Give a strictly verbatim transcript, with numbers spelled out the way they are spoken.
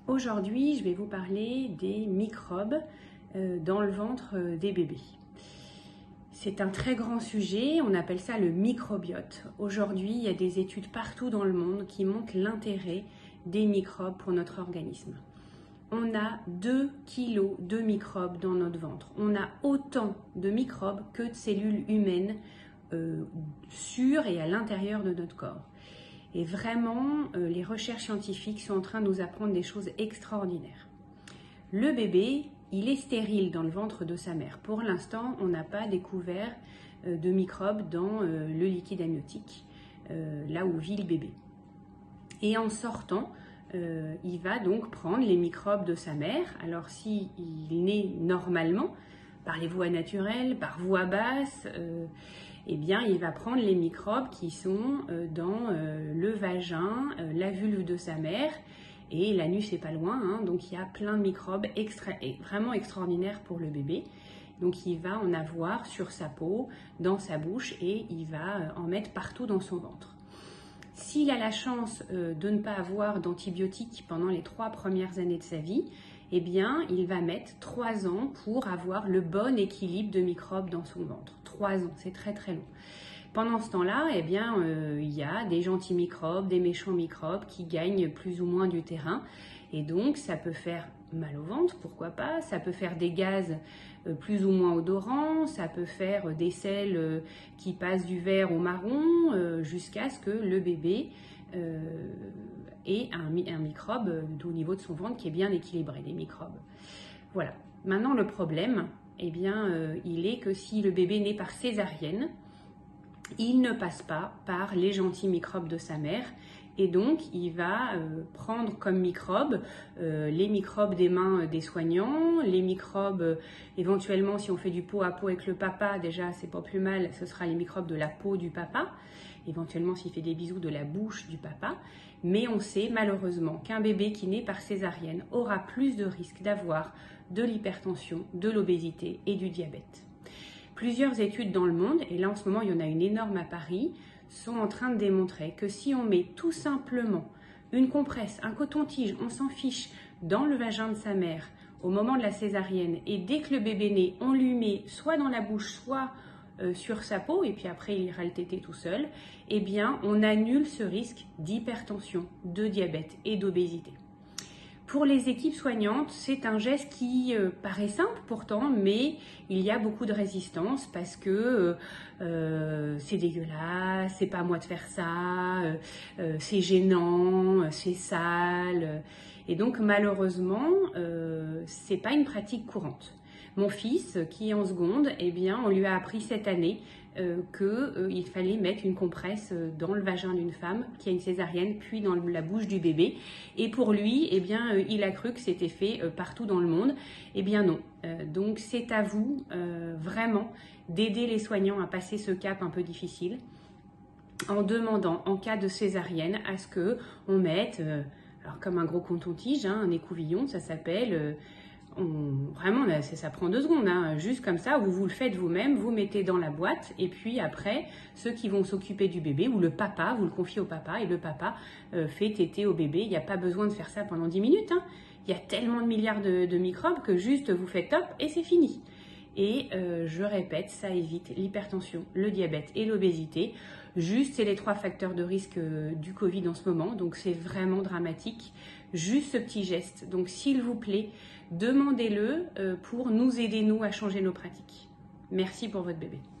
Aujourd'hui, je vais vous parler des microbes euh, dans le ventre euh, des bébés. C'est un très grand sujet, on appelle ça le microbiote. Aujourd'hui, il y a des études partout dans le monde qui montrent l'intérêt des microbes pour notre organisme. On a deux kilos de microbes dans notre ventre. On a autant de microbes que de cellules humaines euh, sur et à l'intérieur de notre corps. Et vraiment, euh, les recherches scientifiques sont en train de nous apprendre des choses extraordinaires. Le bébé, il est stérile dans le ventre de sa mère. Pour l'instant, on n'a pas découvert euh, de microbes dans euh, le liquide amniotique, euh, là où vit le bébé. Et en sortant, euh, il va donc prendre les microbes de sa mère. Alors s'il naît normalement, par les voies naturelles, par voie basse, euh, eh bien, il va prendre les microbes qui sont euh, dans euh, le vagin, euh, la vulve de sa mère, et l'anus n'est pas loin, hein, donc il y a plein de microbes extra, vraiment extraordinaires pour le bébé. Donc il va en avoir sur sa peau, dans sa bouche, et il va en mettre partout dans son ventre. S'il a la chance euh, de ne pas avoir d'antibiotiques pendant les trois premières années de sa vie, eh bien, il va mettre trois ans pour avoir le bon équilibre de microbes dans son ventre. Trois ans, c'est très très long. Pendant ce temps-là, eh bien, euh, il y a des gentils microbes, des méchants microbes qui gagnent plus ou moins du terrain. Et donc, ça peut faire mal au ventre, pourquoi pas. Ça peut faire des gaz euh, plus ou moins odorants. Ça peut faire des selles euh, qui passent du vert au marron euh, jusqu'à ce que le bébé euh, ait un, un microbe euh, au niveau de son ventre qui est bien équilibré, les microbes. Voilà. Maintenant, le problème, eh bien, euh, il est que si le bébé naît par césarienne, il ne passe pas par les gentils microbes de sa mère et donc il va euh, prendre comme microbes euh, les microbes des mains des soignants, les microbes euh, éventuellement si on fait du pot à pot avec le papa, déjà c'est pas plus mal, ce sera les microbes de la peau du papa, éventuellement s'il fait des bisous de la bouche du papa, mais on sait malheureusement qu'un bébé qui naît par césarienne aura plus de risques d'avoir de l'hypertension, de l'obésité et du diabète. Plusieurs études dans le monde, et là en ce moment il y en a une énorme à Paris, sont en train de démontrer que si on met tout simplement une compresse, un coton-tige, on s'en fiche, dans le vagin de sa mère au moment de la césarienne, et dès que le bébé naît, on lui met soit dans la bouche, soit euh, sur sa peau, et puis après il ira le téter tout seul, eh bien on annule ce risque d'hypertension, de diabète et d'obésité. Pour les équipes soignantes, c'est un geste qui euh, paraît simple pourtant, mais il y a beaucoup de résistance parce que euh, c'est dégueulasse, c'est pas à moi de faire ça, euh, euh, c'est gênant, c'est sale. Et donc malheureusement, euh, c'est pas une pratique courante. Mon fils, qui est en seconde, eh bien, on lui a appris cette année euh, qu'il euh, fallait mettre une compresse dans le vagin d'une femme qui a une césarienne, puis dans la bouche du bébé. Et pour lui, eh bien, euh, il a cru que c'était fait euh, partout dans le monde. Eh bien non. Euh, donc c'est à vous, euh, vraiment, d'aider les soignants à passer ce cap un peu difficile en demandant, en cas de césarienne, à ce qu'on mette, euh, alors comme un gros coton-tige, hein, un écouvillon, ça s'appelle... Euh, On, vraiment, ça, ça prend deux secondes, hein, juste comme ça, vous vous le faites vous-même, vous mettez dans la boîte, et puis après, ceux qui vont s'occuper du bébé, ou le papa, vous le confiez au papa, et le papa euh, fait téter au bébé. Il n'y a pas besoin de faire ça pendant dix minutes, hein. Il y a tellement de milliards de, de microbes que juste vous faites top, et c'est fini. Et euh, je répète, ça évite l'hypertension, le diabète et l'obésité. Juste, c'est les trois facteurs de risque euh, du Covid en ce moment, donc c'est vraiment dramatique. Juste ce petit geste. Donc s'il vous plaît, demandez-le euh, pour nous aider, nous, à changer nos pratiques. Merci pour votre bébé.